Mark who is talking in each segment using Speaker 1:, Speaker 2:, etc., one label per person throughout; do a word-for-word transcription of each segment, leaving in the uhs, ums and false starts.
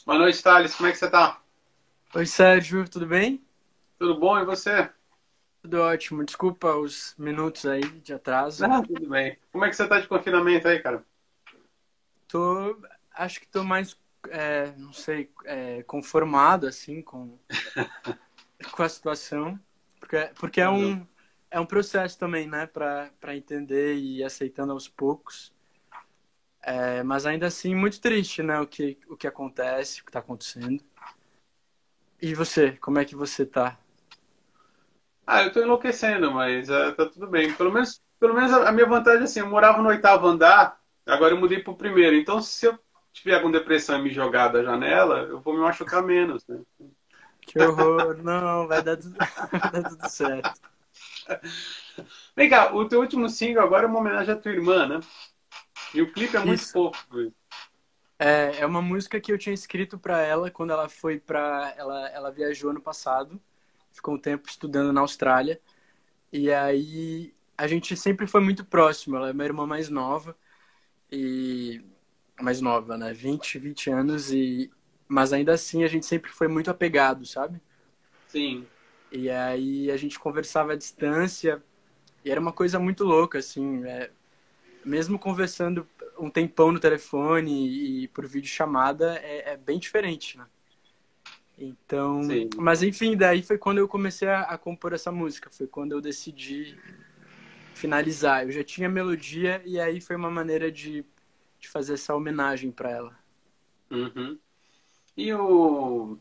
Speaker 1: Boa noite, Thales. Como é que você tá?
Speaker 2: Oi, Sérgio, tudo bem?
Speaker 1: Tudo bom? E você?
Speaker 2: Tudo ótimo. Desculpa os minutos aí de atraso.
Speaker 1: Ah, tudo bem. Como é que você tá de confinamento aí, cara?
Speaker 2: Tô, acho que tô mais, é, não sei, é, conformado assim com, com a situação, porque, porque é
Speaker 1: Ah, não.
Speaker 2: um, é um processo também, né, para para entender e ir aceitando aos poucos. É, mas ainda assim muito triste, né, o que o que acontece, o que está acontecendo. E você, como é que você tá?
Speaker 1: Ah, eu tô enlouquecendo, mas ah, tá tudo bem. Pelo menos, pelo menos a, a minha vantagem é assim, eu morava no oitavo andar, agora eu mudei pro primeiro. Então, se eu tiver com depressão e me jogar da janela, eu vou me machucar menos, né?
Speaker 2: Que horror! Não, vai dar tudo, vai dar tudo certo.
Speaker 1: Vem cá, o teu último single agora é uma homenagem à tua irmã, né? E o clipe é muito
Speaker 2: Isso.
Speaker 1: fofo.
Speaker 2: É, é uma música que eu tinha escrito para ela quando ela foi para ela ela viajou ano passado, ficou um tempo estudando na Austrália e aí a gente sempre foi muito próximo. Ela é minha irmã mais nova e mais nova, né? Vinte vinte anos e mas ainda assim a gente sempre foi muito apegado, sabe?
Speaker 1: Sim.
Speaker 2: E aí a gente conversava à distância e era uma coisa muito louca assim, é, mesmo conversando um tempão no telefone e por videochamada é, é bem diferente, né? Então,
Speaker 1: Sim.
Speaker 2: mas enfim, daí foi quando eu comecei a, a compor essa música, foi quando eu decidi finalizar. Eu já tinha melodia e aí foi uma maneira de, de fazer essa homenagem para ela.
Speaker 1: Uhum. E o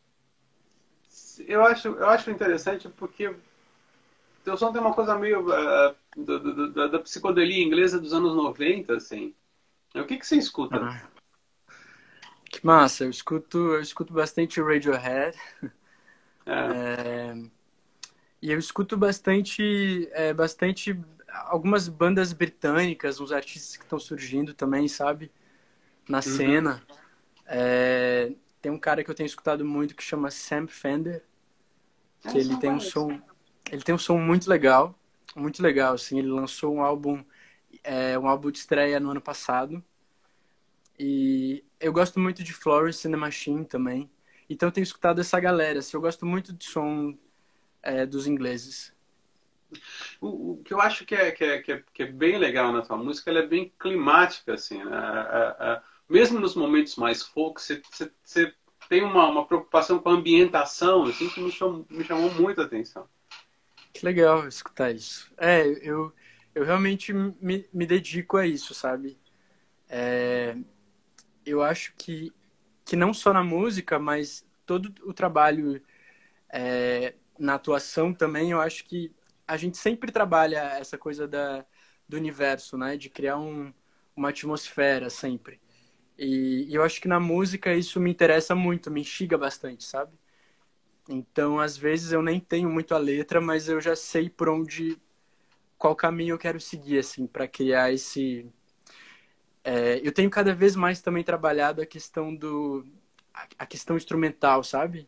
Speaker 1: eu acho, eu acho interessante porque teu som tem uma coisa meio uh, do, do, da, da psicodelia inglesa dos anos noventa, assim. O que que você escuta?
Speaker 2: Ah, que massa, eu escuto, eu escuto bastante Radiohead,
Speaker 1: É.
Speaker 2: é, e eu escuto bastante, é, bastante algumas bandas britânicas, uns artistas que estão surgindo também, sabe, na
Speaker 1: Uhum.
Speaker 2: cena. É, tem um cara que eu tenho escutado muito que chama Sam Fender, que
Speaker 1: Essa eu
Speaker 2: ele
Speaker 1: não
Speaker 2: tem um
Speaker 1: conheço.
Speaker 2: som, ele tem um som muito legal, muito legal, assim, ele lançou um álbum, é, um álbum de estreia no ano passado, e eu gosto muito de Florence and the Machine também, então eu tenho escutado essa galera, assim, eu gosto muito de som é, dos ingleses.
Speaker 1: O, o que eu acho que é, que, é, que, é, que é bem legal na tua música, ela é bem climática, assim, né? A- a- a- mesmo nos momentos mais folk, você, você, você tem uma, uma preocupação com a ambientação, assim, que me chamou, me chamou muito a atenção.
Speaker 2: Que legal escutar isso. É, eu, eu realmente me, me dedico a isso, sabe? É, eu acho que, que não só na música, mas todo o trabalho é, na atuação também, eu acho que a gente sempre trabalha essa coisa da, do universo, né? De criar um, uma atmosfera sempre. E, e eu acho que na música isso me interessa muito, me instiga bastante, sabe? Então, às vezes eu nem tenho muito a letra, mas eu já sei por onde, qual caminho eu quero seguir, assim, para criar esse. É, eu tenho cada vez mais também trabalhado a questão do, a, a questão instrumental, sabe?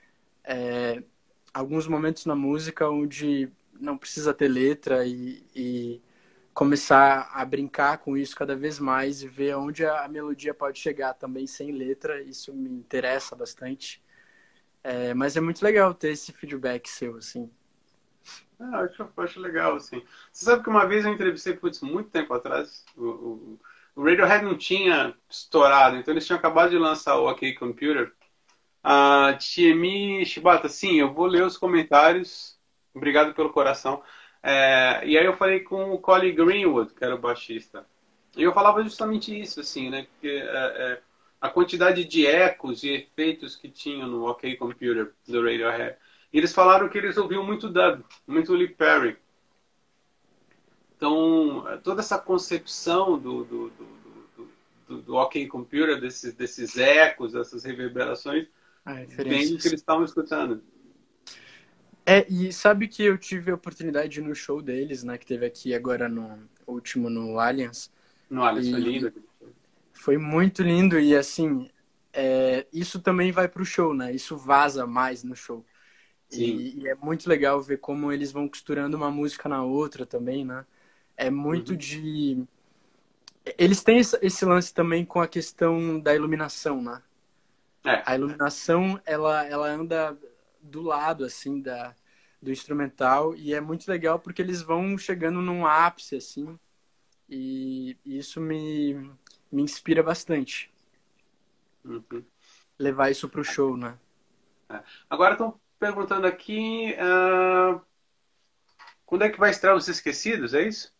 Speaker 2: Alguns momentos na música onde não precisa ter letra e, e começar a brincar com isso cada vez mais e ver onde a melodia pode chegar também sem letra. Isso me interessa bastante. É, mas é muito legal ter esse feedback seu, assim.
Speaker 1: Ah, eu acho, eu acho legal, assim. Você sabe que uma vez eu entrevistei, putz, muito tempo atrás, o, o, o Radiohead não tinha estourado, então eles tinham acabado de lançar o OK Computer. A Tiemi Shibata, sim, eu vou ler os comentários. Obrigado pelo coração. É, e aí eu falei com o Colin Greenwood, que era o baixista. E eu falava justamente isso, assim, né? Que, é, é, a quantidade de ecos e efeitos que tinham no OK Computer do Radiohead. E eles falaram que eles ouviam muito dub, muito Lee Perry. Então, toda essa concepção do, do, do, do, do, do OK Computer, desses, desses ecos, dessas reverberações,
Speaker 2: Ah,
Speaker 1: vem do que
Speaker 2: referências.
Speaker 1: eles estavam escutando.
Speaker 2: É, e sabe que eu tive a oportunidade de ir no show deles, né, que teve aqui agora no último no Allianz,
Speaker 1: No Alice, foi
Speaker 2: e
Speaker 1: lindo.
Speaker 2: foi muito lindo e assim, é, isso também vai pro show, né? Isso vaza mais no show.
Speaker 1: Sim.
Speaker 2: E, e é muito legal ver como eles vão costurando uma música na outra também, né? É muito
Speaker 1: Uhum.
Speaker 2: de. Eles têm esse esse lance também com a questão da iluminação, né?
Speaker 1: É.
Speaker 2: A iluminação, ela, ela anda do lado, assim, da, do instrumental, e é muito legal porque eles vão chegando num ápice, assim, e isso me, me inspira bastante,
Speaker 1: Uhum.
Speaker 2: levar isso pro show, né?
Speaker 1: É. Agora estão perguntando aqui, ah, quando é que vai estrear Os Esquecidos, é isso?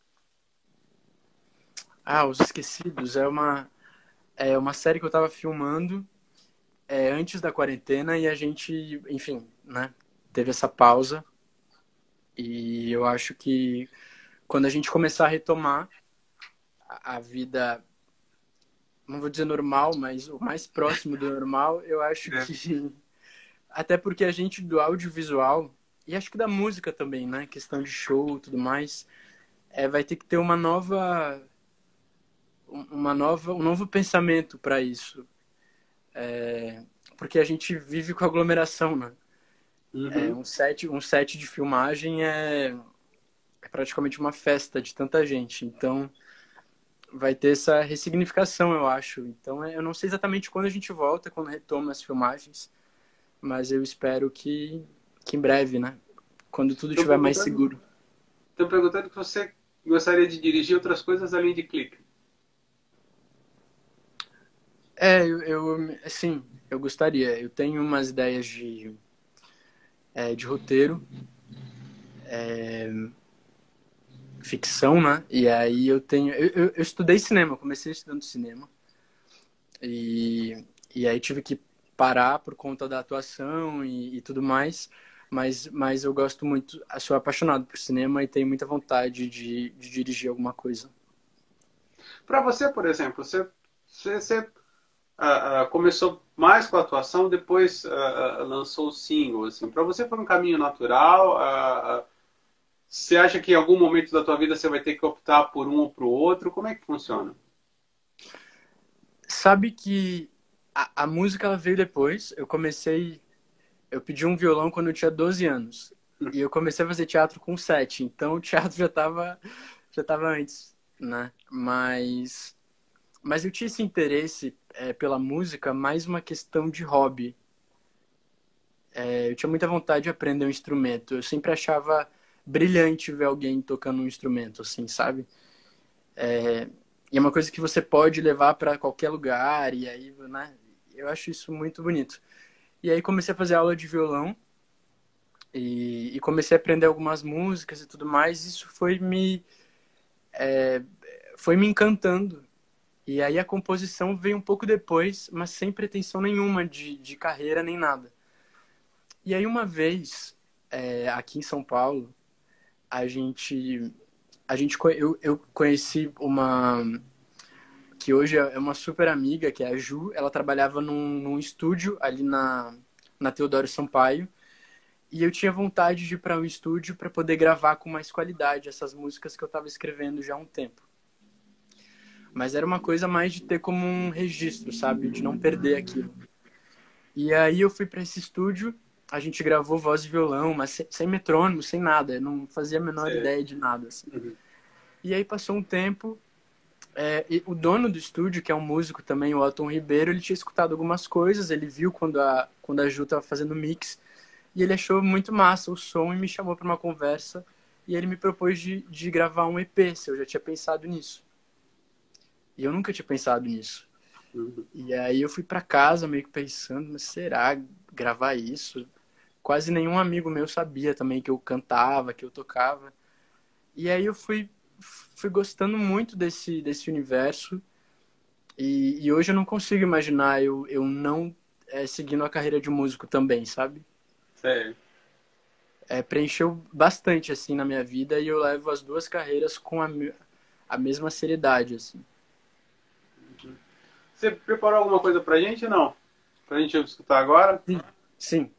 Speaker 2: Ah, Os Esquecidos é uma, é uma série que eu tava filmando é, antes da quarentena e a gente, enfim, né, teve essa pausa e eu acho que quando a gente começar a retomar a, a vida, não vou dizer normal, mas o mais próximo do normal, eu acho
Speaker 1: É.
Speaker 2: que até porque a gente do audiovisual e acho que da música também, né, questão de show e tudo mais, é, vai ter que ter uma nova uma nova um novo pensamento para isso, é, porque a gente vive com aglomeração, né? É,
Speaker 1: Uhum.
Speaker 2: um set, um set de filmagem é, é praticamente uma festa de tanta gente. Então, vai ter essa ressignificação, eu acho. Então, é, eu não sei exatamente quando a gente volta, quando retoma as filmagens, mas eu espero que, que em breve, né? Quando tudo
Speaker 1: Estão
Speaker 2: estiver mais
Speaker 1: perguntando,
Speaker 2: seguro.
Speaker 1: estão perguntando que você gostaria de dirigir outras coisas além de clique.
Speaker 2: É, eu, eu assim, eu gostaria. Eu tenho umas ideias de, é, de roteiro, ficção, né? E aí eu tenho. Eu, eu, eu estudei cinema, eu comecei estudando cinema. E, e aí tive que parar por conta da atuação e, e tudo mais. Mas, mas eu gosto muito, sou apaixonado por cinema e tenho muita vontade de, de dirigir alguma coisa.
Speaker 1: Para você, por exemplo, você, você, você ah, ah, começou mais com a atuação, depois ah, ah, lançou o single. Assim. Para você foi um caminho natural? Ah, ah, você acha que em algum momento da tua vida você vai ter que optar por um ou por outro? Como é que funciona?
Speaker 2: Sabe que a, a música ela veio depois. Eu comecei, eu pedi um violão quando eu tinha doze anos. E eu comecei a fazer teatro com sete. Então o teatro já estava já tava antes, né? Mas, mas eu tinha esse interesse é, pela música mais uma questão de hobby. Eu tinha muita vontade de aprender um instrumento. Eu sempre achava brilhante ver alguém tocando um instrumento, assim, sabe? É, e é uma coisa que você pode levar para qualquer lugar, e aí, né? Eu acho isso muito bonito. E aí comecei a fazer aula de violão e, e comecei a aprender algumas músicas e tudo mais. Isso foi me, é, foi me encantando. E aí a composição veio um pouco depois, mas sem pretensão nenhuma de, de carreira nem nada. E aí uma vez, é, aqui em São Paulo, a gente a gente eu, eu conheci uma que hoje é uma super amiga, que é a Ju. Ela trabalhava num, num estúdio ali na na Teodoro Sampaio, e eu tinha vontade de ir para um estúdio para poder gravar com mais qualidade essas músicas que eu estava escrevendo já há um tempo. Mas era uma coisa mais de ter como um registro, sabe, de não perder aquilo. E aí eu fui para esse estúdio, a gente gravou voz e violão, mas sem, sem metrônomo, sem nada, eu não fazia a menor
Speaker 1: Você...
Speaker 2: ideia de nada, assim.
Speaker 1: Uhum.
Speaker 2: E aí passou um tempo, é, o dono do estúdio, que é um músico também, o Elton Ribeiro, ele tinha escutado algumas coisas, ele viu quando a, quando a Ju estava fazendo mix, e ele achou muito massa o som e me chamou para uma conversa, e ele me propôs de, de gravar um E P, se eu já tinha pensado nisso. E eu nunca tinha pensado nisso.
Speaker 1: Uhum.
Speaker 2: E aí eu fui para casa meio que pensando, mas será gravar isso? Quase nenhum amigo meu sabia também que eu cantava, que eu tocava. E aí eu fui, fui gostando muito desse, desse universo. E, e hoje eu não consigo imaginar eu, eu não é, seguindo a carreira de músico também, sabe?
Speaker 1: Sério.
Speaker 2: É, preencheu bastante, assim, na minha vida. E eu levo as duas carreiras com a, a mesma seriedade, assim.
Speaker 1: Você preparou alguma coisa pra gente ou não? Pra gente escutar agora?
Speaker 2: Sim, sim.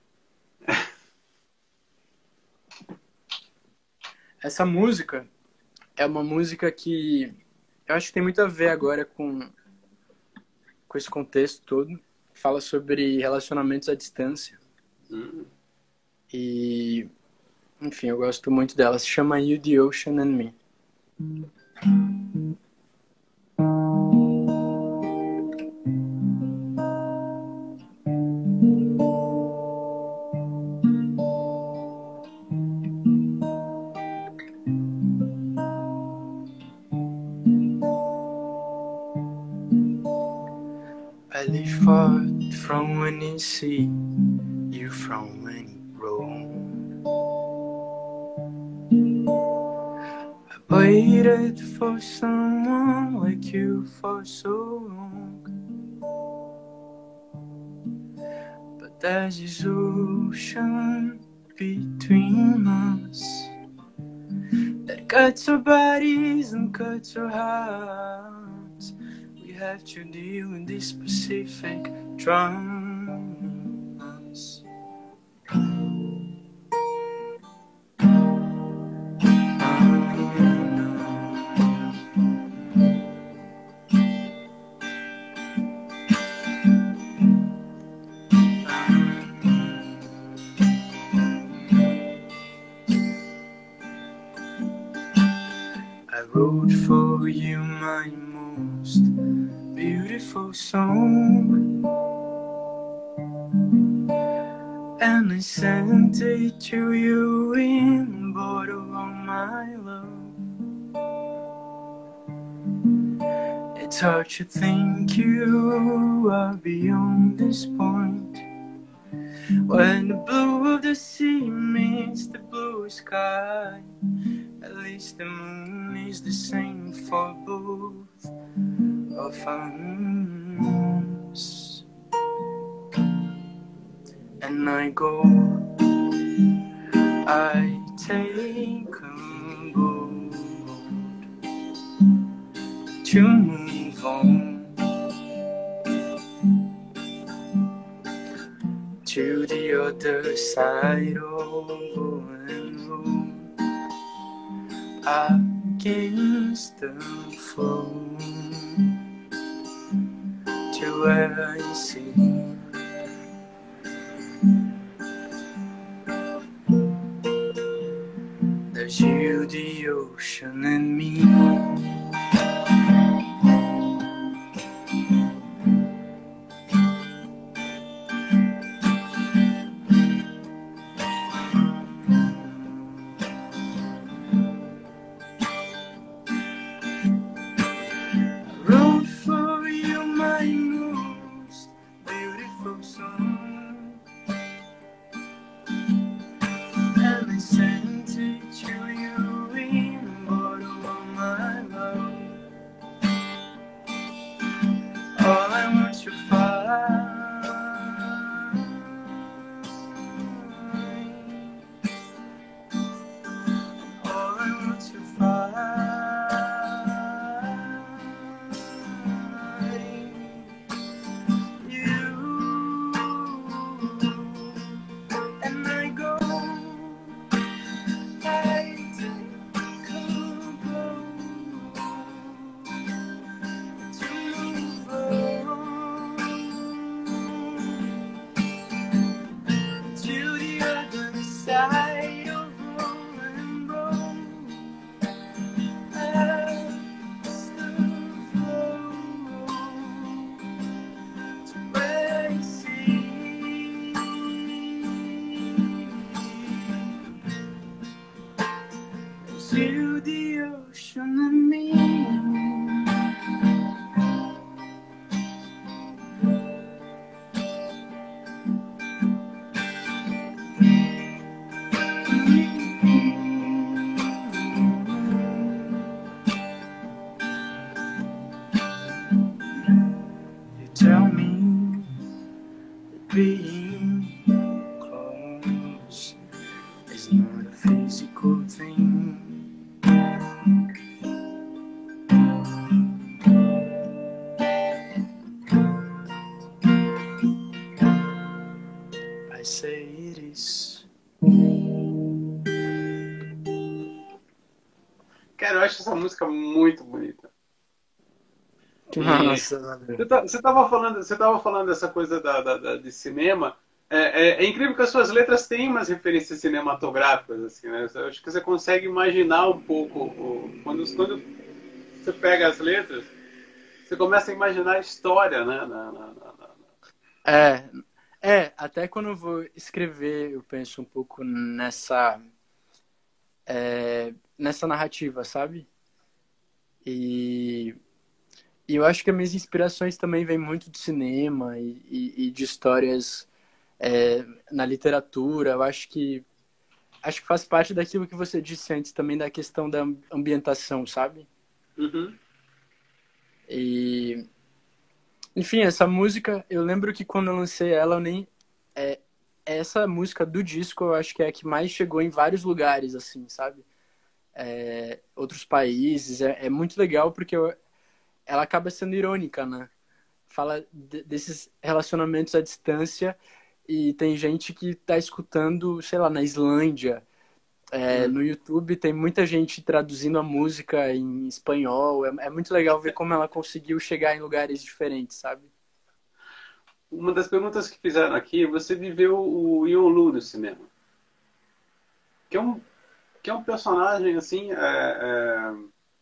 Speaker 2: Essa música é uma música que eu acho que tem muito a ver agora com, com esse contexto todo. Fala sobre relacionamentos à distância.
Speaker 1: Uhum.
Speaker 2: E, enfim, eu gosto muito dela. Se chama You, the Ocean and Me. really far from when you see you from when you roam. I waited for someone like you for so long, but there's this ocean between us that cuts our bodies and cuts our hearts. We have to deal with these Pacific dramas. I wrote for you my most beautiful song, and I sent it to you in a bottle of my love. It's hard to think you are beyond this point, when the blue of the sea meets the blue sky. At least the moon is the same for both of us. And I go, I take a boat to move on to the other side of Bowen Road, against the flow, to where I see there's you, the ocean, and me. To the ocean and me. You tell me that being close is not a physical thing. I say it is.
Speaker 1: Cara, eu acho essa música muito bonita.
Speaker 2: Nossa,
Speaker 1: você, tá, você tava falando, você tava falando dessa coisa da, da, da de cinema. É, é, é incrível que as suas letras têm umas referências cinematográficas, assim, né? Eu acho que você consegue imaginar um pouco o, quando, quando você pega as letras, você começa a imaginar a história, né? Na, na, na, na...
Speaker 2: É, é, até quando eu vou escrever, eu penso um pouco nessa, é, nessa narrativa, sabe? E, E eu acho que as minhas inspirações também vêm muito de cinema e, e, e de histórias é, na literatura. Eu acho que acho que faz parte daquilo que você disse antes também da questão da ambientação, sabe?
Speaker 1: Uhum.
Speaker 2: E enfim, essa música, eu lembro que quando eu lancei ela, eu nem é, essa música do disco, eu acho que é a que mais chegou em vários lugares, assim, sabe? É, outros países. É, é muito legal porque eu, ela acaba sendo irônica, né? Fala de, desses relacionamentos à distância e tem gente que tá escutando, sei lá, na Islândia. É,
Speaker 1: Uhum.
Speaker 2: no YouTube tem muita gente traduzindo a música em espanhol. É, é muito legal ver como ela conseguiu chegar em lugares diferentes, sabe?
Speaker 1: Uma das perguntas que fizeram aqui, você viveu o Yonlu no cinema, que é um, que é um personagem assim, é, é,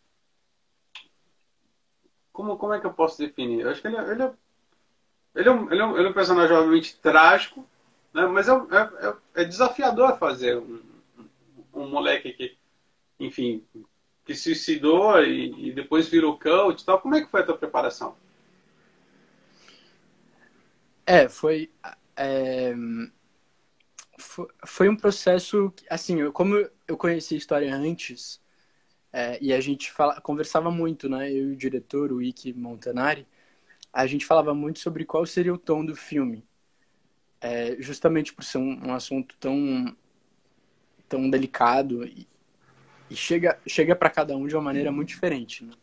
Speaker 1: como, como é que eu posso definir? Eu acho que ele, é- ele, é, ele, é um, ele, é um, ele é um personagem obviamente trágico, né? Mas é, um- é, é, é desafiador fazer um, um moleque que, enfim, que se suicidou e, e depois virou coach e tal. Como é que foi a tua preparação?
Speaker 2: É, foi. É, fo- foi um processo, que, assim, eu- como eu conheci a história antes, é, e a gente fala, conversava muito, né? Eu e o diretor, o Ike Montanari, a gente falava muito sobre qual seria o tom do filme. É, justamente por ser um, um assunto tão, tão delicado e, e chega, chega para cada um de uma maneira muito diferente, né?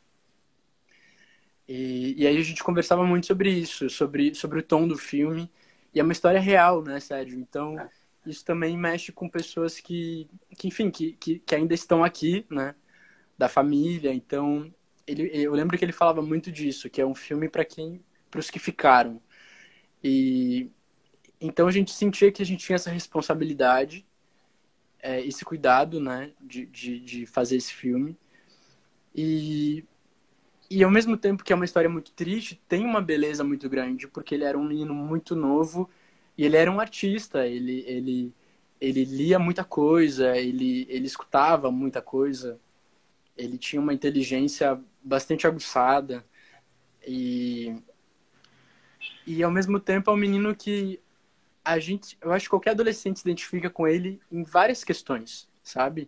Speaker 2: E, e aí a gente conversava muito sobre isso, sobre, sobre o tom do filme. E é uma história real, né, Sérgio? Então,
Speaker 1: É.
Speaker 2: isso também mexe com pessoas que, que enfim, que, que, que ainda estão aqui, né? Da família. Então, ele, eu lembro que ele falava muito disso, que é um filme para quem, para os que ficaram. E então a gente sentia que a gente tinha essa responsabilidade, é, esse cuidado, né, de, de, de fazer esse filme. E E ao mesmo tempo que é uma história muito triste, tem uma beleza muito grande, porque ele era um menino muito novo e ele era um artista, ele, ele, ele lia muita coisa, ele, ele escutava muita coisa, ele tinha uma inteligência bastante aguçada e, e ao mesmo tempo é um menino que a gente, eu acho que qualquer adolescente se identifica com ele em várias questões, sabe?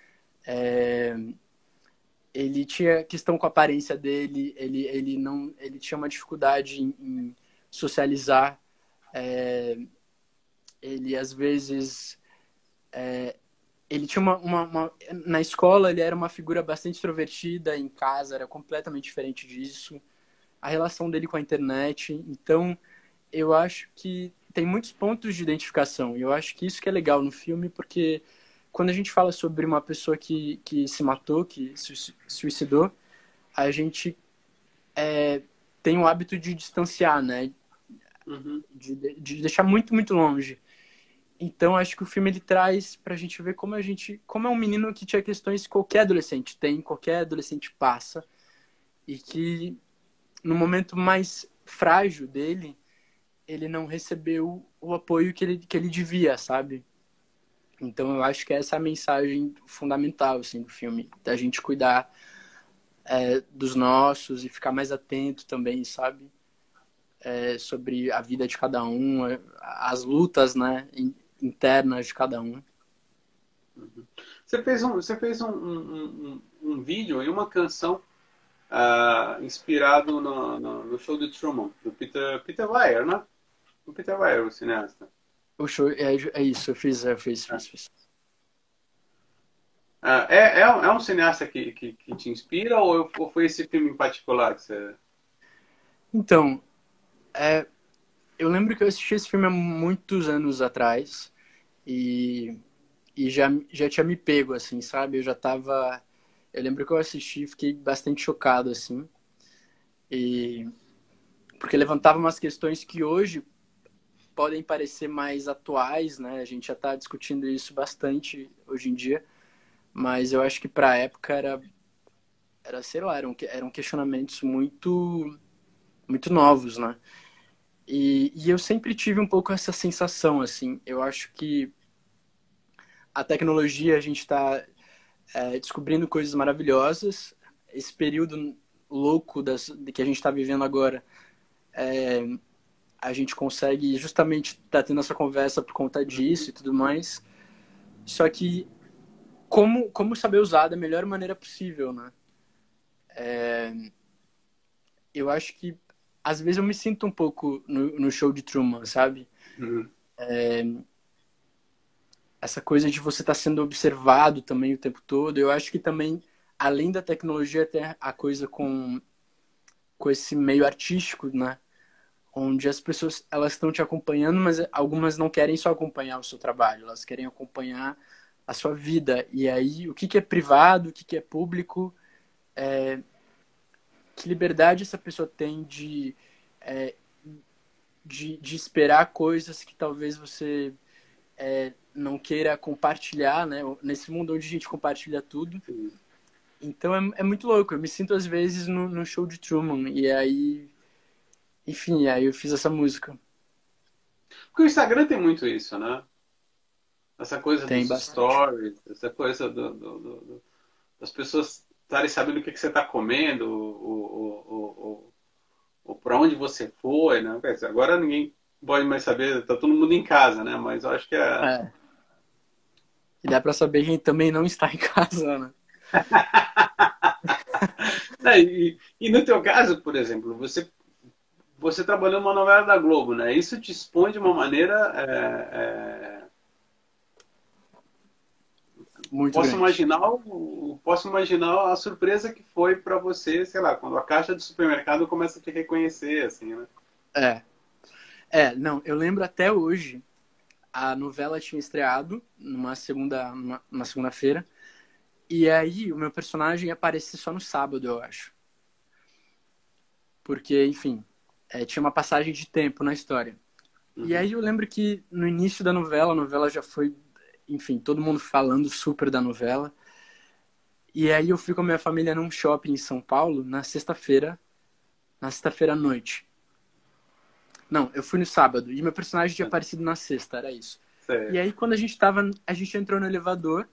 Speaker 2: Ele tinha questão com a aparência dele, ele, ele não, ele tinha uma dificuldade em, em socializar, é, ele às vezes ele tinha uma, uma, uma, na escola ele era uma figura bastante extrovertida, em casa era completamente diferente disso, a relação dele com a internet. Então eu acho que tem muitos pontos de identificação e eu acho que isso que é legal no filme, porque quando a gente fala sobre uma pessoa que, que se matou, que se suicidou, a gente é, tem o hábito de distanciar, né?
Speaker 1: Uhum.
Speaker 2: De, de deixar muito, muito longe. Então, acho que o filme ele traz pra gente ver como a gente, como é um menino que tinha questões que qualquer adolescente tem, qualquer adolescente passa, e que no momento mais frágil dele, ele não recebeu o apoio que ele, que ele devia, sabe? Então, eu acho que essa é a mensagem fundamental assim, do filme, da gente cuidar é, dos nossos e ficar mais atento também, sabe? É, sobre a vida de cada um, as lutas, né, internas de cada um.
Speaker 1: Você fez um, você fez um, um, um, um vídeo e uma canção ah, inspirado no, no, no show de Truman, do Peter, Peter Weir, né? O Peter Weir, o cineasta.
Speaker 2: O show, é, é isso, eu fiz, eu fiz,
Speaker 1: É,
Speaker 2: fiz, fiz.
Speaker 1: Ah, é, é, um, é um cineasta que, que, que te inspira ou, ou foi esse filme em particular que você...
Speaker 2: Então, é, eu lembro que eu assisti esse filme há muitos anos atrás e, e já, já tinha me pego, assim, sabe? Eu já tava... Eu lembro que eu assisti e fiquei bastante chocado, assim, e porque levantava umas questões que hoje podem parecer mais atuais, né? A gente já está discutindo isso bastante hoje em dia, mas eu acho que para a época era, era, sei lá, eram, eram questionamentos muito, muito novos, né? E, e eu sempre tive um pouco essa sensação, assim. Eu acho que a tecnologia, a gente está é, descobrindo coisas maravilhosas. Esse período louco das, que a gente está vivendo agora, é, a gente consegue justamente estar tá tendo essa conversa por conta disso e tudo mais. Só que como, como saber usar da melhor maneira possível, né? É, eu acho que às vezes eu me sinto um pouco no, no show de Truman, sabe?
Speaker 1: Uhum.
Speaker 2: É, essa coisa de você estar tá sendo observado também o tempo todo. Eu acho que também, além da tecnologia, tem a coisa com, com esse meio artístico, né? Onde as pessoas elas estão te acompanhando, mas algumas não querem só acompanhar o seu trabalho, elas querem acompanhar a sua vida. E aí, o que, que é privado, o que, que é público, é, que liberdade essa pessoa tem de, é, de, de esperar coisas que talvez você é, não queira compartilhar, né? Nesse mundo onde a gente compartilha tudo. Então é, é muito louco. Eu me sinto às vezes no, no show de Truman. E aí, enfim, aí eu fiz essa música.
Speaker 1: Porque o Instagram tem muito isso, né? Essa coisa
Speaker 2: Tem
Speaker 1: dos
Speaker 2: bastante.
Speaker 1: stories, essa coisa do, do, do, do, das pessoas estarem sabendo o que, que você está comendo, ou, ou, ou, ou, ou para onde você foi, né? Agora ninguém pode mais saber, está todo mundo em casa, né? Mas eu acho que é.
Speaker 2: É. E dá pra saber quem também não está em casa, né?
Speaker 1: É, e, e no teu caso, por exemplo, você, você trabalhou numa novela da Globo, né? Isso te expõe de uma maneira. É, é,
Speaker 2: Muito
Speaker 1: posso
Speaker 2: grande.
Speaker 1: imaginar, o- posso imaginar a surpresa que foi para você, sei lá, quando a caixa do supermercado começa a te reconhecer, assim, né?
Speaker 2: É. É, não, eu lembro até hoje, a novela tinha estreado numa segunda, numa, numa segunda-feira, e aí o meu personagem ia aparecer só no sábado, eu acho. Porque, enfim, é, tinha uma passagem de tempo na história. E
Speaker 1: Uhum.
Speaker 2: aí eu lembro que no início da novela, a novela já foi, enfim, todo mundo falando super da novela. E aí eu fui com a minha família num shopping em São Paulo na sexta-feira, na sexta-feira à noite. Não, eu fui no sábado e meu personagem tinha aparecido na sexta, era isso. E
Speaker 1: Sei.
Speaker 2: aí quando a gente tava, a gente entrou no elevador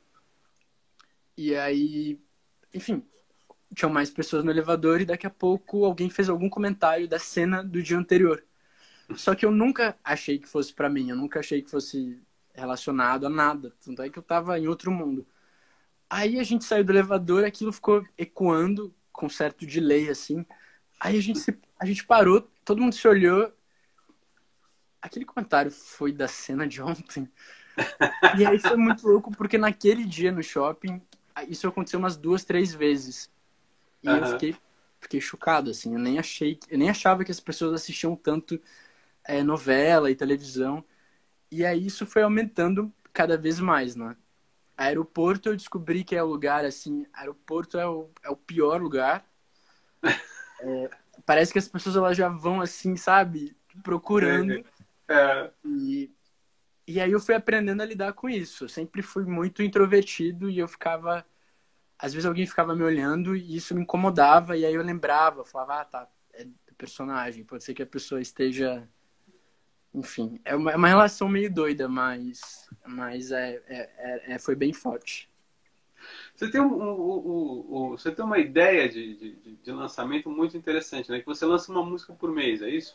Speaker 2: e aí, enfim, tinham mais pessoas no elevador e daqui a pouco alguém fez algum comentário da cena do dia anterior. Só que eu nunca achei que fosse pra mim, eu nunca achei que fosse relacionado a nada, tanto é que eu tava em outro mundo. Aí a gente saiu do elevador, aquilo ficou ecoando com certo delay assim. Aí a gente se, a gente parou, todo mundo se olhou. Aquele comentário foi da cena de ontem. E aí foi muito louco porque naquele dia no shopping, isso aconteceu umas duas, três vezes. E eu
Speaker 1: Aham.
Speaker 2: fiquei, fiquei chocado, assim. Eu nem achei, eu nem achava que as pessoas assistiam tanto é, novela e televisão. E aí isso foi aumentando cada vez mais, né? Aeroporto eu descobri que é o lugar, assim, aeroporto é o, é o pior lugar. Parece que as pessoas elas já vão, assim, sabe?
Speaker 1: Sei.
Speaker 2: Procurando.
Speaker 1: É,
Speaker 2: E, e aí eu fui aprendendo a lidar com isso. Eu sempre fui muito introvertido e eu ficava às vezes alguém ficava me olhando e isso me incomodava, e aí eu lembrava, falava, ah, tá, é do personagem, pode ser que a pessoa esteja. Enfim, é uma, é uma relação meio doida, mas, mas é, é, é, é- foi bem forte.
Speaker 1: Você tem, um, um- um- um- você tem uma ideia de, de, de lançamento muito interessante, né? Que você lança uma música por mês, é isso?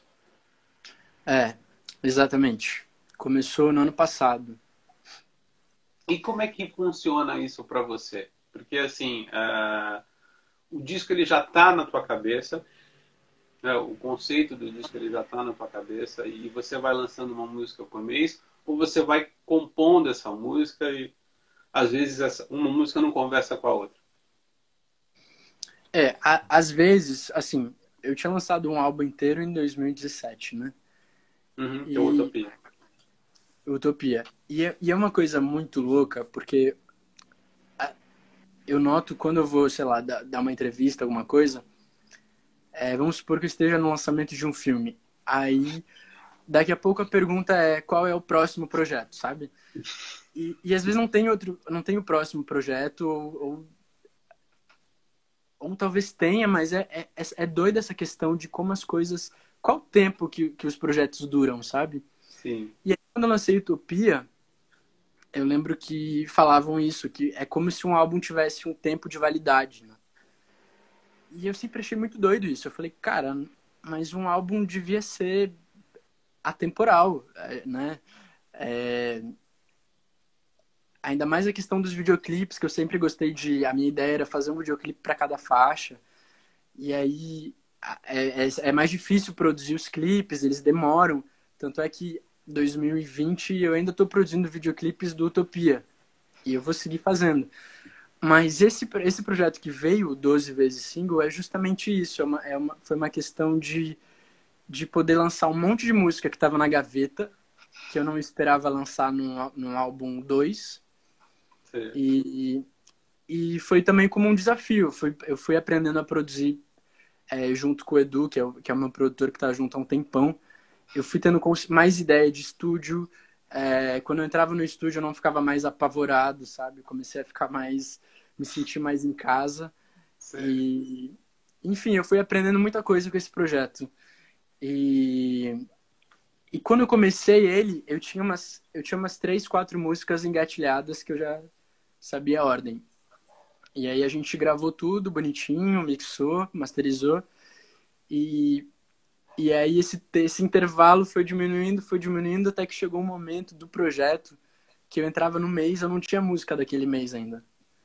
Speaker 2: É, exatamente. Começou no ano passado.
Speaker 1: E como é que funciona isso para você? Porque assim, ah, o disco ele já está na tua cabeça, né? O conceito do disco ele já está na tua cabeça e você vai lançando uma música por mês, ou você vai compondo essa música e às vezes essa, uma música não conversa com a outra.
Speaker 2: É, a, às vezes, assim, eu tinha lançado um álbum inteiro em dois mil e dezessete, né?
Speaker 1: Uhum, que é
Speaker 2: E
Speaker 1: utopia.
Speaker 2: Utopia. E é, e é uma coisa muito louca, porque eu noto quando eu vou, sei lá, dar, dar uma entrevista, alguma coisa. É, vamos supor que eu esteja no lançamento de um filme. Aí, daqui a pouco a pergunta é qual é o próximo projeto, sabe? E, e às vezes não tem outro, não tem o próximo projeto, ou, ou, ou talvez tenha, mas é, é, é doida essa questão de como as coisas. Qual o tempo que, que os projetos duram, sabe?
Speaker 1: Sim.
Speaker 2: E aí, quando eu lancei Utopia, eu lembro que falavam isso, que é como se um álbum tivesse um tempo de validade, né? e eu sempre achei muito doido isso. Eu falei, cara, mas um álbum devia ser atemporal, né? É, ainda mais a questão dos videoclipes, que eu sempre gostei de... A minha ideia era fazer um videoclipe para cada faixa. E aí é, é, é mais difícil produzir os clipes, eles demoram. Tanto é que em dois mil e vinte eu ainda estou produzindo videoclipes do Utopia. E eu vou seguir fazendo. Mas esse, esse projeto que veio, o doze vezes single, é justamente isso. É uma, é uma, foi uma questão de, de poder lançar um monte de música que estava na gaveta, que eu não esperava lançar num, num álbum dois. E, e foi também como um desafio. Foi, eu fui aprendendo a produzir é, junto com o Edu, que é o, que é o meu produtor que está junto há um tempão. Eu fui tendo mais ideia de estúdio. É, quando eu entrava no estúdio, eu não ficava mais apavorado, sabe? Comecei a ficar mais... me sentir mais em casa. Sim. E, enfim, eu fui aprendendo muita coisa com esse projeto. E, e quando eu comecei ele, eu tinha umas, eu tinha umas três, quatro músicas engatilhadas que eu já sabia a ordem. E aí a gente gravou tudo bonitinho, mixou, masterizou. E, e aí esse, esse intervalo foi diminuindo, foi diminuindo, até que chegou um momento do projeto que eu entrava no mês, eu não tinha música daquele mês ainda.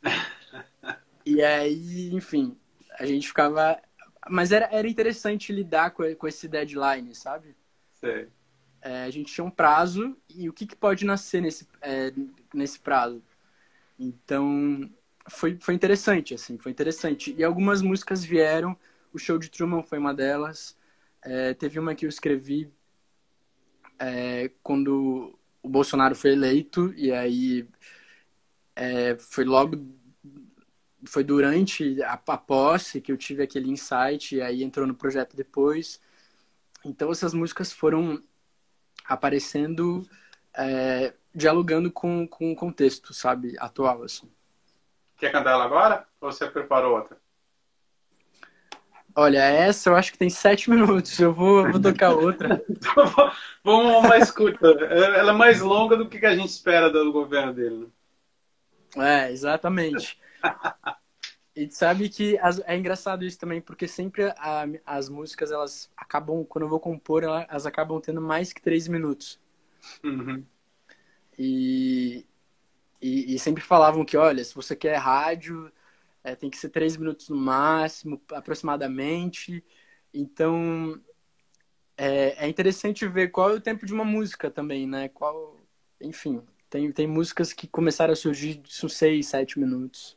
Speaker 2: E aí, enfim, a gente ficava... Mas era, era interessante lidar com, com esse deadline, sabe?
Speaker 1: Sim.
Speaker 2: É, a gente tinha um prazo e o que, que pode nascer nesse, é, nesse prazo. Então, foi, foi interessante, assim, foi interessante. E algumas músicas vieram, o Show de Truman foi uma delas. É, teve uma que eu escrevi é, quando o Bolsonaro foi eleito, e aí é, foi logo... Foi durante a, a posse que eu tive aquele insight, e aí entrou no projeto depois. Então, essas músicas foram aparecendo, é, dialogando com, com o contexto, sabe, atual, assim.
Speaker 1: Quer cantar ela agora? Ou você preparou outra?
Speaker 2: Olha, essa eu acho que tem sete minutos. Eu vou, vou tocar outra.
Speaker 1: Vamos uma mais curta. Ela é mais longa do que a gente espera do governo dele.
Speaker 2: É, exatamente. E sabe que as, é engraçado isso também, porque sempre a, as músicas, elas acabam, quando eu vou compor, elas acabam tendo mais que três minutos.
Speaker 1: Uhum.
Speaker 2: E, e, e sempre falavam que, olha, se você quer rádio, é, tem que ser três minutos no máximo, aproximadamente. Então, é, é interessante ver qual é o tempo de uma música também, né? Qual, enfim, tem, tem músicas que começaram a surgir com seis, sete minutos.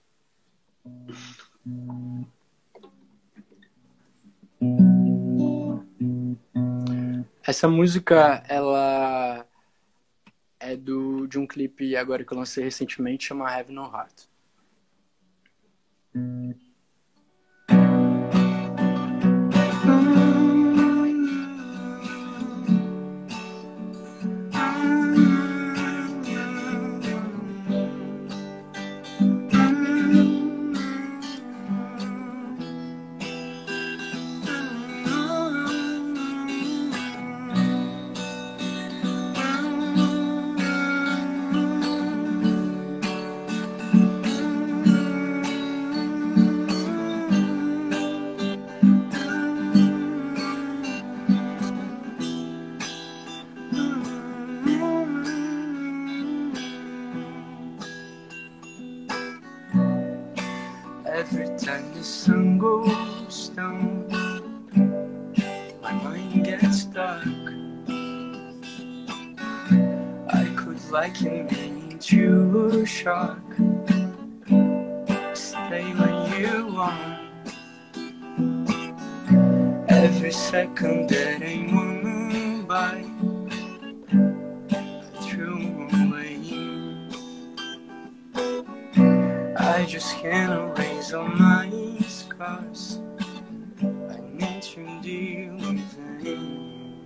Speaker 2: Essa música, ela é do, de um clipe agora que eu lancei recentemente, chama Have No Heart. Every time the sun goes down, my mind gets dark. I could liken me to a shark. Stay when you want. Every second that ain't one by, I threw away. I just can't erase all my scars. I need to deal with them.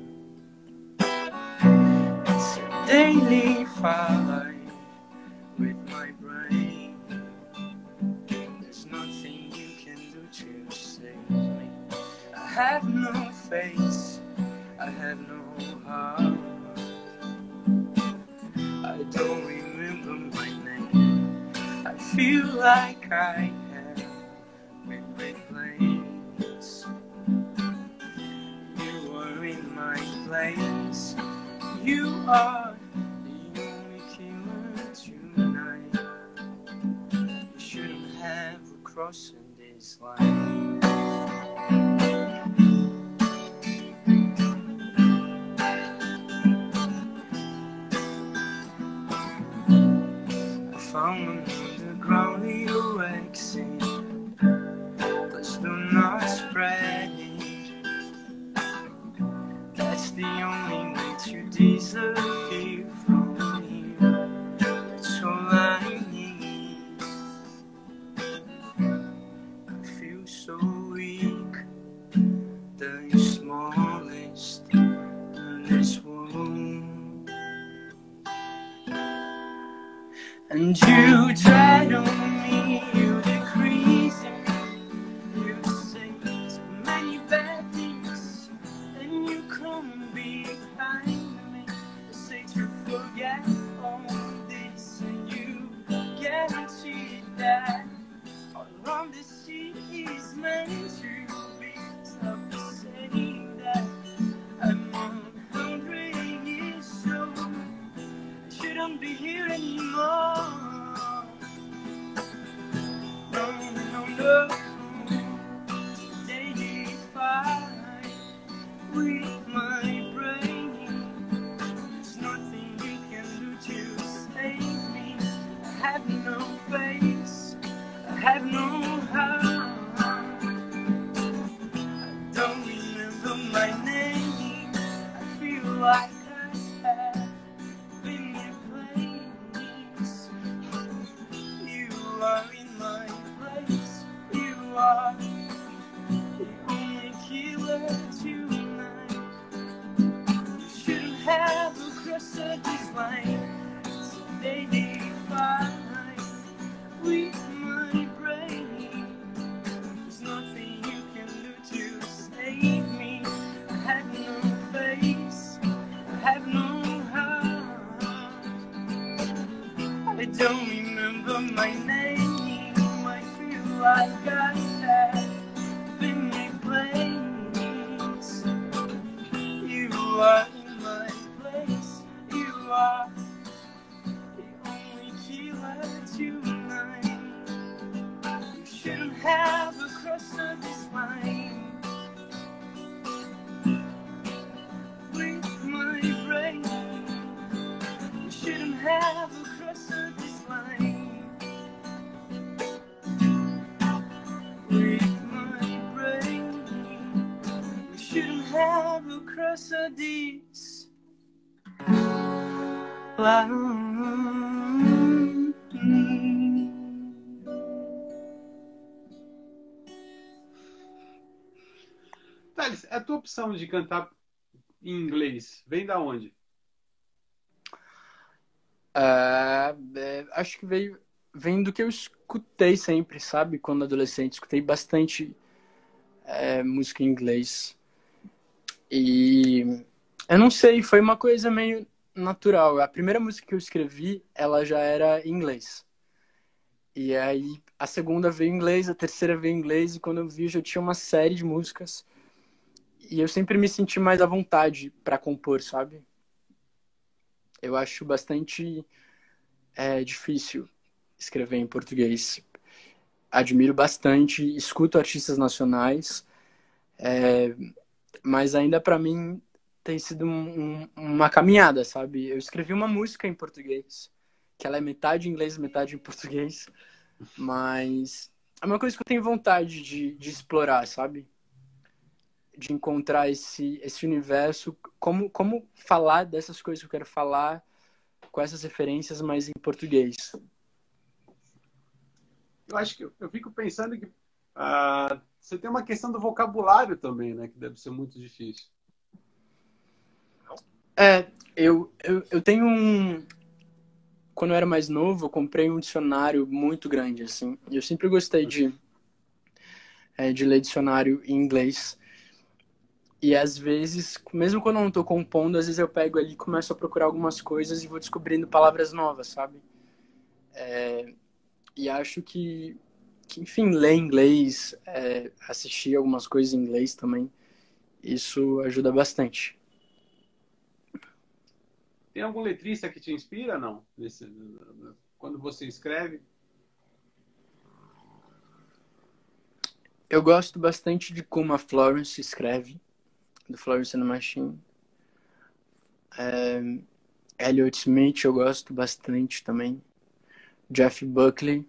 Speaker 2: It's a daily fight with my brain. There's nothing you can do to save me. I have no face, I have no heart. I don't remember my name. I feel like I have been replayed. place. You are the only killer tonight. You shouldn't have crossed this line. I found the ground you exit. Please do not spread it. That's the only way to disappear from here. That's all I need. I feel so weak, the smallest in this world. And you tread on me, you decrease me. You say so many bad things, and you come behind me. You say to forget all this, and you guarantee that all of this sea is meant to be. Stop saying that I'm one hundred years old. I shouldn't be here anymore. No, no, no. They defy with my brain. There's nothing you can do to save me. I have no face, I have no heart. I don't remember my name. I feel like I have been replaced. You are in my place. You are the only killer tonight. You shouldn't have crossed this line. So they defy with my brain. There's nothing you can do to save me. I have no face, I have no heart. I don't remember my name. I feel like I have been replaced. You are in my place. You are the only killer tonight. You shouldn't have crossed this line with my brain. You shouldn't have crossed this line with my brain. You shouldn't have crossed this line.
Speaker 1: Thales, a tua opção de cantar em inglês vem da onde?
Speaker 2: Ah, é, acho que veio, vem do que eu escutei sempre, sabe? Quando adolescente, escutei bastante é, música em inglês. E eu não sei, foi uma coisa meio natural. A primeira música que eu escrevi, ela já era em inglês. E aí a segunda veio em inglês, a terceira veio em inglês, e quando eu vi, eu já tinha uma série de músicas. E eu sempre me senti mais à vontade para compor, sabe? Eu acho bastante é, difícil escrever em português. Admiro bastante, escuto artistas nacionais, é, mas ainda para mim tem sido um, um, uma caminhada, sabe? Eu escrevi uma música em português, que ela é metade em inglês, metade em português, mas é uma coisa que eu tenho vontade de, de explorar, sabe? De encontrar esse, esse universo, como, como falar dessas coisas que eu quero falar com essas referências, mas em português.
Speaker 1: Eu acho que eu, eu fico pensando que uh, você tem uma questão do vocabulário também, né? Que deve ser muito difícil.
Speaker 2: É, eu, eu, eu tenho um... Quando eu era mais novo, eu comprei um dicionário muito grande, assim. E eu sempre gostei de, é, de ler dicionário em inglês. E às vezes, mesmo quando eu não tô compondo, às vezes eu pego ali e começo a procurar algumas coisas e vou descobrindo palavras novas, sabe? É, e acho que, que, enfim, ler inglês, é, assistir algumas coisas em inglês também, isso ajuda bastante.
Speaker 1: Tem algum letrista que te inspira, não? Nesse, quando você escreve?
Speaker 2: Eu gosto bastante de como a Florence escreve, do Florence and the Machine. É, Elliott Smith eu gosto bastante também. Jeff Buckley.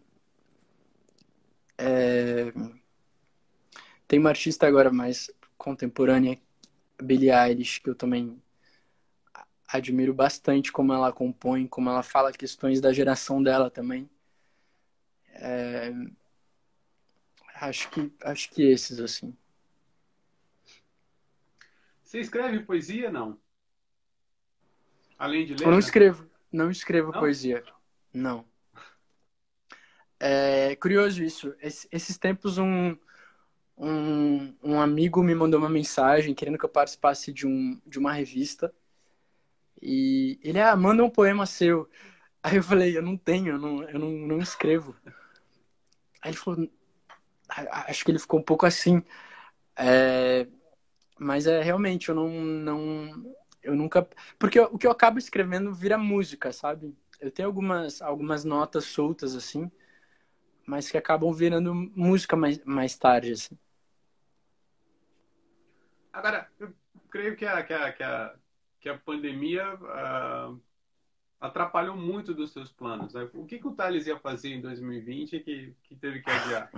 Speaker 2: É, tem uma artista agora mais contemporânea, Billie Eilish, que eu também admiro bastante como ela compõe, como ela fala questões da geração dela também. É, acho que acho que esses, assim.
Speaker 1: Você escreve poesia, não? Além de
Speaker 2: Eu não
Speaker 1: letra?
Speaker 2: escrevo, não escrevo
Speaker 1: Não?
Speaker 2: poesia. Não. É curioso isso. Es- esses tempos um, um, um amigo me mandou uma mensagem querendo que eu participasse de, um, de uma revista. E ele, ah, manda um poema seu. Aí eu falei, eu não tenho, eu não, eu não, não escrevo. Aí ele falou, acho que ele ficou um pouco assim. É, mas é realmente, eu não, não. Eu nunca. Porque o que eu acabo escrevendo vira música, sabe? Eu tenho algumas, algumas notas soltas, assim, mas que acabam virando música mais, mais tarde, assim.
Speaker 1: Agora, eu creio que a, que a, que a, que a pandemia ah, atrapalhou muito dos seus planos, né? O que, que o Thales ia fazer em dois mil e vinte que, que teve que adiar?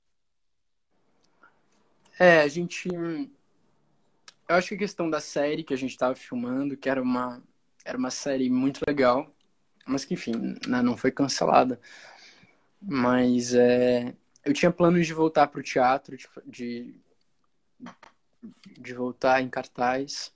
Speaker 2: É, a gente. Eu acho que a questão da série que a gente tava filmando, que era uma, era uma série muito legal, mas que, enfim, né, não foi cancelada. Mas é, eu tinha planos de voltar pro teatro, de, de, de voltar em cartaz,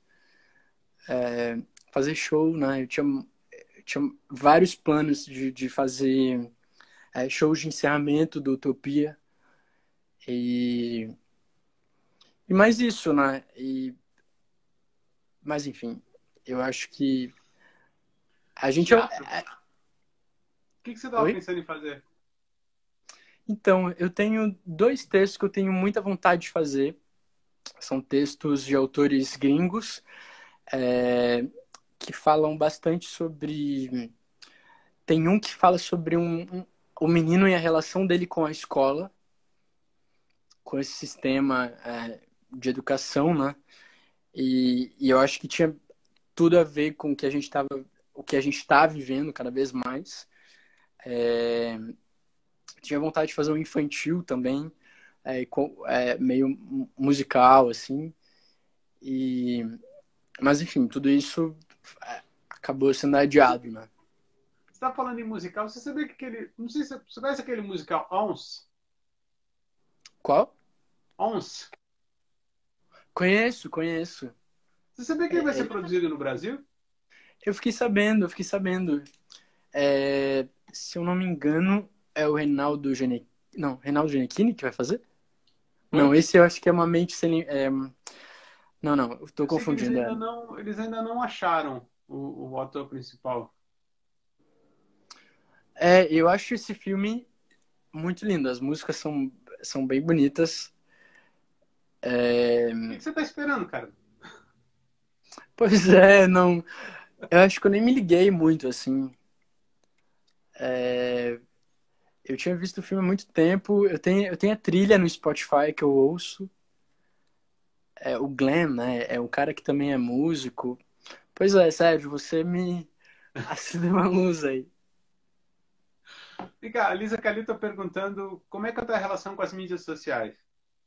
Speaker 2: fazer show, né? Eu tinha, eu tinha vários planos de, de fazer é, shows de encerramento do Utopia. E, e mais isso, né? E, mas, enfim, eu acho que a gente.
Speaker 1: Teatro?
Speaker 2: É,
Speaker 1: O que, que você estava
Speaker 2: oi?
Speaker 1: pensando em fazer?
Speaker 2: Então, eu tenho dois textos que eu tenho muita vontade de fazer. São textos de autores gringos, é, que falam bastante sobre. Tem um que fala sobre um, um, o menino e a relação dele com a escola, com esse sistema é, de educação, né? E, e eu acho que tinha tudo a ver com o que a gente estava, o que a gente está vivendo cada vez mais. É, tinha vontade de fazer um infantil também, é, com, é, meio musical, assim. E, mas, enfim, tudo isso é, acabou sendo adiado, né?
Speaker 1: Você está falando em musical, você sabia que aquele. Não sei se você conhece aquele musical Ons?
Speaker 2: Qual?
Speaker 1: Ons.
Speaker 2: Conheço, conheço.
Speaker 1: Você sabia que ele vai
Speaker 2: É,
Speaker 1: ser
Speaker 2: é,
Speaker 1: produzido no Brasil?
Speaker 2: eu fiquei sabendo, eu fiquei sabendo. É, se eu não me engano, é o Reinaldo Gene... Não, Reinaldo Ginettini que vai fazer? Não,
Speaker 1: Oi?
Speaker 2: esse eu acho que é uma mente sem... É... Não, não, eu tô
Speaker 1: Eu sei que eles
Speaker 2: confundindo. É,
Speaker 1: ainda não, eles ainda não acharam o, o ator principal.
Speaker 2: é, eu acho esse filme muito lindo. As músicas são, são bem bonitas. É,
Speaker 1: O que, que você está esperando, cara?
Speaker 2: pois é, não... Eu acho que eu nem me liguei muito, assim. É, eu tinha visto o filme há muito tempo. Eu tenho, eu tenho a trilha no Spotify que eu ouço. É, o Glenn, né? É um cara que também é músico. Pois é, Sérgio, você me acendeu uma luz aí.
Speaker 1: Vem cá, a Lisa Calil perguntando como é que é a tua relação com as mídias sociais?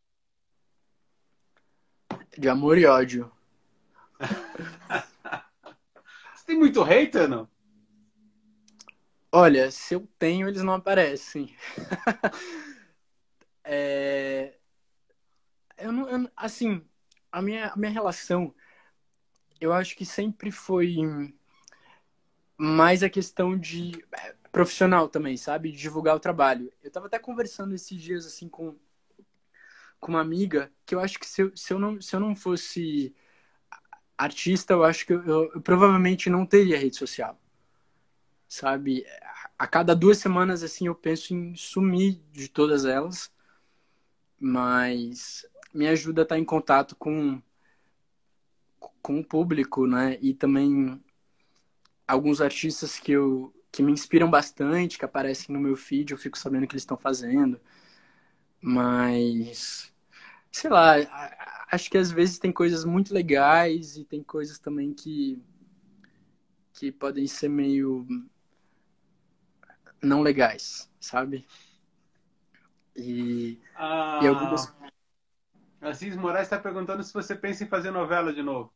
Speaker 2: De amor e ódio.
Speaker 1: Você tem muito hater, não?
Speaker 2: Olha, se eu tenho, eles não aparecem. É, eu não, eu- assim, a minha, a minha relação, eu acho que sempre foi mais a questão de é, profissional também, sabe? De divulgar o trabalho. Eu tava até conversando esses dias, assim, com, com uma amiga, que eu acho que se eu, se eu, não, se eu não fosse artista, eu acho que eu, eu, eu provavelmente não teria rede social, sabe? A cada duas semanas, assim, eu penso em sumir de todas elas, mas me ajuda a estar em contato com, com o público, né? E também alguns artistas que eu que me inspiram bastante, que aparecem no meu feed, eu fico sabendo o que eles estão fazendo, mas sei lá, acho que às vezes tem coisas muito legais e tem coisas também que que podem ser meio não legais, sabe? E, e
Speaker 1: Ah,
Speaker 2: algumas.
Speaker 1: Assis Moraes está perguntando se você pensa em fazer novela de novo.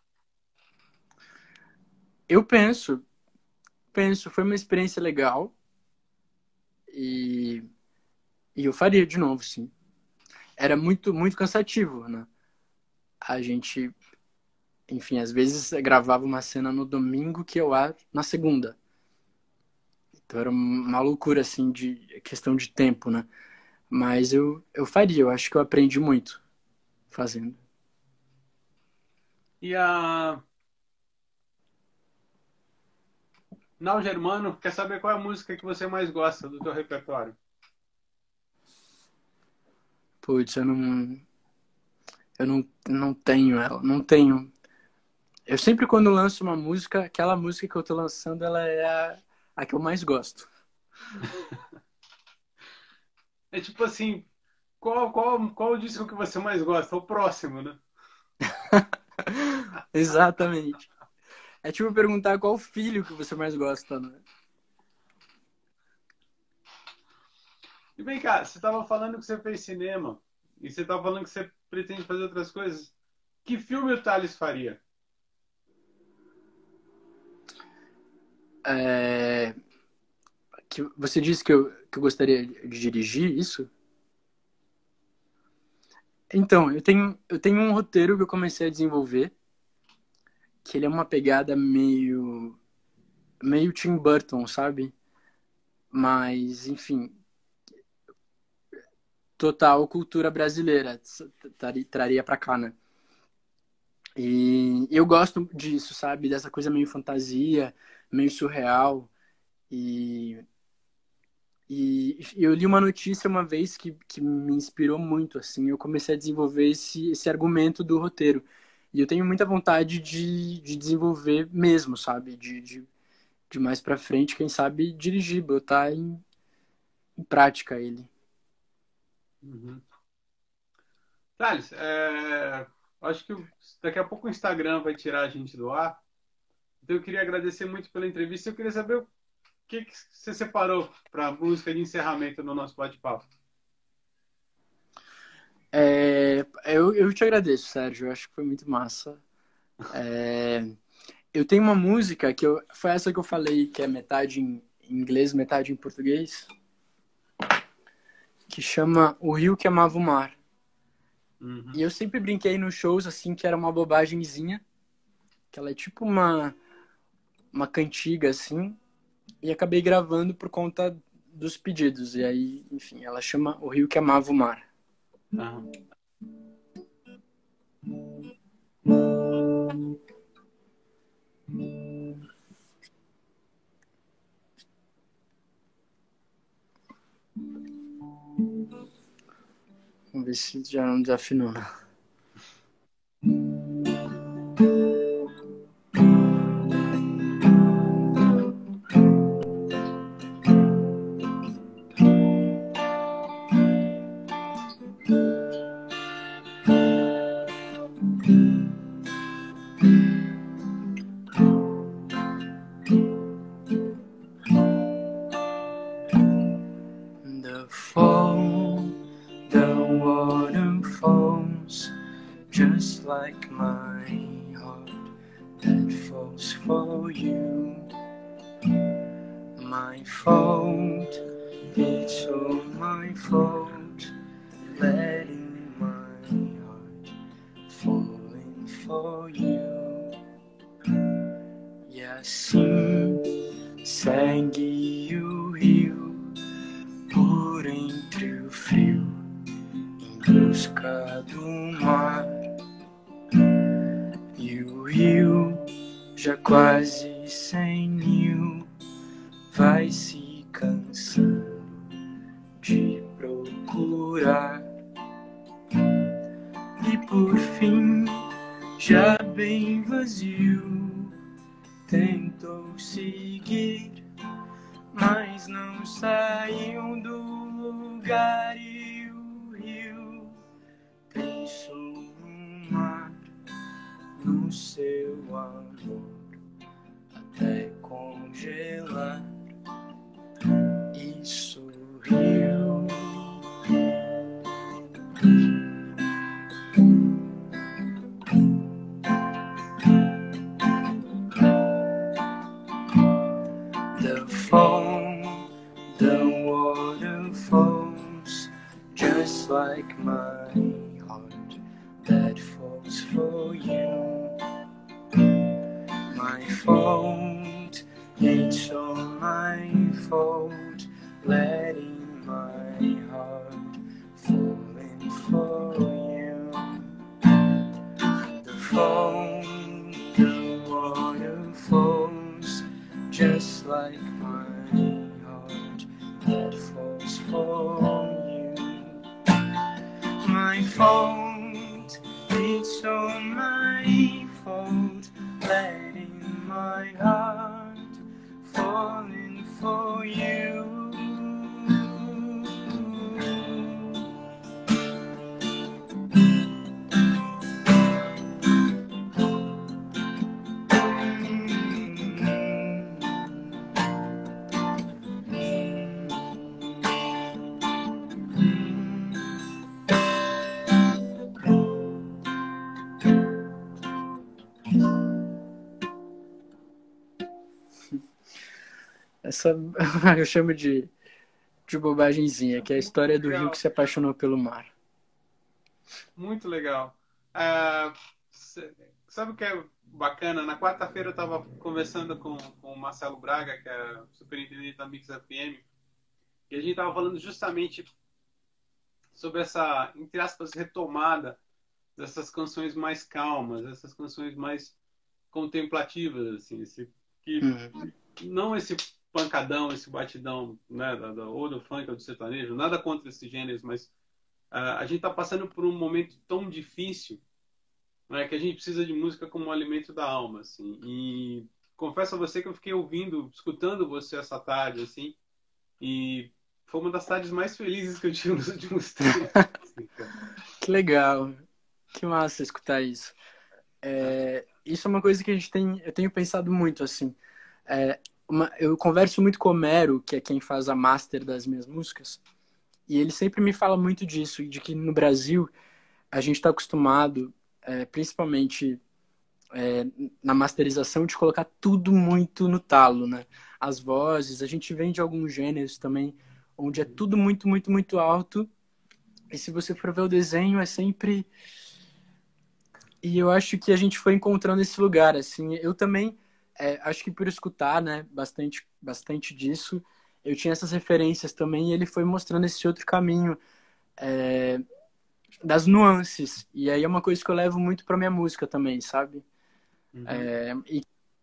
Speaker 2: Eu penso, penso, foi uma experiência legal e, e eu faria de novo, sim. Era muito, muito cansativo, né? A gente, enfim, às vezes gravava uma cena no domingo que eu ar na segunda. Então era uma loucura, assim, de questão de tempo, né? Mas eu, eu faria, eu acho que eu aprendi muito fazendo.
Speaker 1: E a Nau Germano quer saber qual é a música que você mais gosta do teu repertório.
Speaker 2: Putz, eu não, eu não, não tenho ela, não tenho. Eu sempre quando lanço uma música, aquela música que eu tô lançando, ela é a, a que eu mais gosto.
Speaker 1: É tipo assim, qual, qual, qual o disco que você mais gosta? O próximo, né?
Speaker 2: Exatamente. É tipo perguntar qual filho que você mais gosta, né?
Speaker 1: E vem cá, você estava falando que você fez cinema e você estava falando que você pretende fazer outras coisas. Que filme o Thales faria?
Speaker 2: É, que você disse que eu, que eu gostaria de dirigir isso? Então, eu tenho, eu tenho um roteiro que eu comecei a desenvolver, que ele é uma pegada meio, meio Tim Burton, sabe? Mas, enfim, total cultura brasileira traria pra cá, né? E eu gosto disso, sabe? Dessa coisa meio fantasia, meio surreal. E, e eu li uma notícia uma vez que, que me inspirou muito, assim. Eu comecei a desenvolver esse, esse argumento do roteiro. E eu tenho muita vontade de, de desenvolver mesmo, sabe? De, de, de mais pra frente, quem sabe, dirigir, botar em, em prática ele.
Speaker 1: Uhum. Thales, é, acho que daqui a pouco o Instagram vai tirar a gente do ar. Então eu queria agradecer muito pela entrevista. Eu queria saber o que, que você separou para a música de encerramento no nosso bate-papo.
Speaker 2: É, eu, eu te agradeço, Sérgio. Eu acho que foi muito massa. É, eu tenho uma música que eu, foi essa que eu falei, que é metade em inglês, metade em português, que chama O Rio que Amava o Mar.
Speaker 1: Uhum.
Speaker 2: E eu sempre brinquei nos shows assim que era uma bobagemzinha, que ela é tipo uma, uma cantiga assim, e acabei gravando por conta dos pedidos. E aí, enfim, ela chama O Rio que Amava o Mar.
Speaker 1: Uhum.
Speaker 2: Vamos ver se já não desafinou. The fall, the water falls, just like my heart that falls for you. My fault, it's all my fault, letting my heart falling for you. E assim segue o rio por entre o frio, em busca do mar. E o rio, já quase senil, vai se cansando de procurar. E por fim, já bem vazio, tento tentou seguir, mas não saiu do lugar e o rio pensou no mar, no seu amor, até congelar e sorriu. The foam, the water falls, just like my heart that falls for you. My fault, it's all my fault, letting my heart falling for you. The foam, the water falls, just like my heart that falls for you. My fault, it's all my fault, letting my heart falling for you. Essa eu chamo de, de bobagemzinha, que é a história do rio que se apaixonou pelo mar.
Speaker 1: Muito legal. Ah, sabe o que é bacana? Na quarta-feira eu estava conversando com, com o Marcelo Braga, que é superintendente da Mix F M, e a gente estava falando justamente sobre essa, entre aspas, retomada dessas canções mais calmas, essas canções mais contemplativas, assim, esse, que uhum. não esse pancadão, esse batidão, né, da, da, ou do funk ou do sertanejo, nada contra esses gêneros, mas uh, a gente está passando por um momento tão difícil, né, que a gente precisa de música como um alimento da alma, assim. E confesso a você que eu fiquei ouvindo, escutando você essa tarde, assim, e foi uma das tardes mais felizes que eu tive nos últimos tempos. Assim,
Speaker 2: que legal, que massa escutar isso. É, isso é uma coisa que a gente tem, eu tenho pensado muito, assim. É, uma, eu converso muito com o Mero, que é quem faz a master das minhas músicas, e ele sempre me fala muito disso, de que no Brasil a gente está acostumado, é, principalmente é, na masterização, de colocar tudo muito no talo, né? As vozes, a gente vem de alguns gêneros também, onde é tudo muito, muito, muito alto, e se você for ver o desenho, é sempre... E eu acho que a gente foi encontrando esse lugar, assim, eu também... É, acho que por escutar, né, bastante, bastante disso, eu tinha essas referências também, e ele foi mostrando esse outro caminho é, das nuances. E aí é uma coisa que eu levo muito pra minha música também, sabe? Uhum. É, e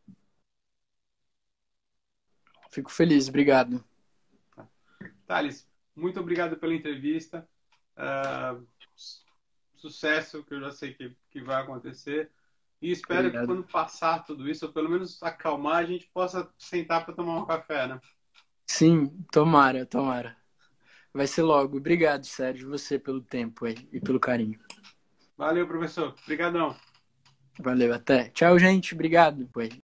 Speaker 2: fico feliz, obrigado.
Speaker 1: Thales, muito obrigado pela entrevista. Uh, sucesso, que eu já sei que, que vai acontecer. E espero Obrigado. que quando passar tudo isso, ou pelo menos acalmar, a gente possa sentar para tomar um café, né?
Speaker 2: Sim, tomara, tomara. Vai ser logo. Obrigado, Sérgio, você pelo tempo aí e pelo carinho.
Speaker 1: Valeu, professor. Obrigadão.
Speaker 2: Valeu, até. Tchau, gente. Obrigado.